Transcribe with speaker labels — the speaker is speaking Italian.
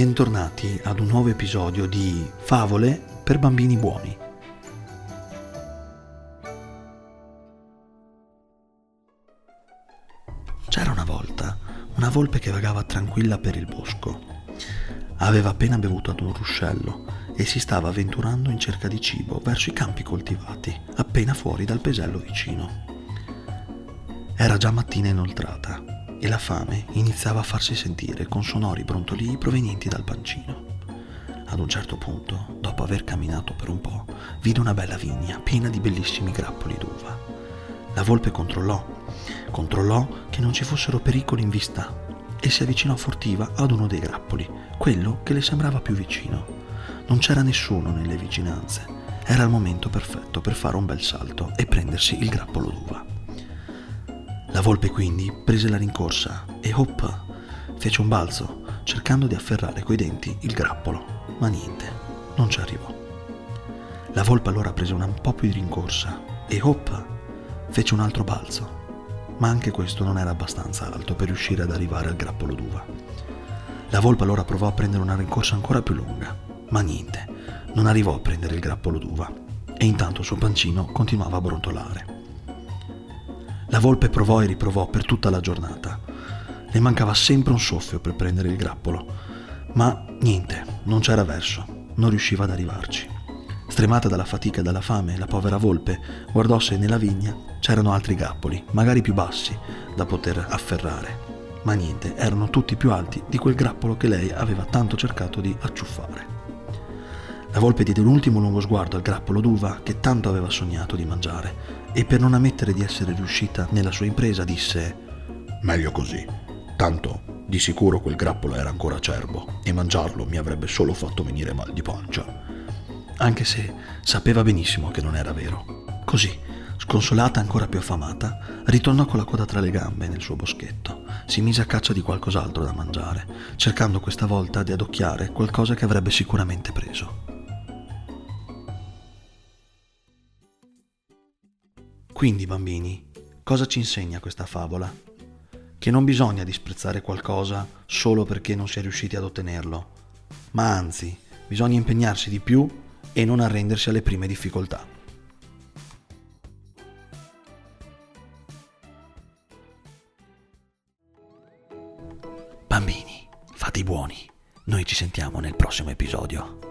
Speaker 1: Bentornati ad un nuovo episodio di Favole per bambini buoni. C'era una volta una volpe che vagava tranquilla per il bosco. Aveva appena bevuto ad un ruscello e si stava avventurando in cerca di cibo verso i campi coltivati, appena fuori dal paesello vicino. Era già mattina inoltrata e la fame iniziava a farsi sentire con sonori brontolii provenienti dal pancino. Ad un certo punto, dopo aver camminato per un po', vide una bella vigna piena di bellissimi grappoli d'uva. La volpe controllò che non ci fossero pericoli in vista e si avvicinò furtiva ad uno dei grappoli, quello che le sembrava più vicino. Non c'era nessuno nelle vicinanze. Era il momento perfetto per fare un bel salto e prendersi il grappolo d'uva. La volpe quindi prese la rincorsa e hop, fece un balzo cercando di afferrare coi denti il grappolo, ma niente, non ci arrivò. La volpe allora prese un po' più di rincorsa e hop, fece un altro balzo, ma anche questo non era abbastanza alto per riuscire ad arrivare al grappolo d'uva. La volpe allora provò a prendere una rincorsa ancora più lunga, ma niente, non arrivò a prendere il grappolo d'uva e intanto il suo pancino continuava a brontolare. La volpe provò e riprovò per tutta la giornata. Le mancava sempre un soffio per prendere il grappolo, ma niente, non c'era verso, non riusciva ad arrivarci. Stremata dalla fatica e dalla fame, la povera volpe guardò se nella vigna c'erano altri grappoli, magari più bassi, da poter afferrare, ma niente, erano tutti più alti di quel grappolo che lei aveva tanto cercato di acciuffare. La volpe diede un ultimo lungo sguardo al grappolo d'uva che tanto aveva sognato di mangiare e per non ammettere di essere riuscita nella sua impresa disse:
Speaker 2: «Meglio così, tanto di sicuro quel grappolo era ancora acerbo e mangiarlo mi avrebbe solo fatto venire mal di pancia».
Speaker 1: Anche se sapeva benissimo che non era vero. Così, sconsolata e ancora più affamata, ritornò con la coda tra le gambe nel suo boschetto. Si mise a caccia di qualcos'altro da mangiare, cercando questa volta di adocchiare qualcosa che avrebbe sicuramente preso. Quindi, bambini, cosa ci insegna questa favola? Che non bisogna disprezzare qualcosa solo perché non si è riusciti ad ottenerlo, ma anzi, bisogna impegnarsi di più e non arrendersi alle prime difficoltà. Bambini, fate i buoni. Noi ci sentiamo nel prossimo episodio.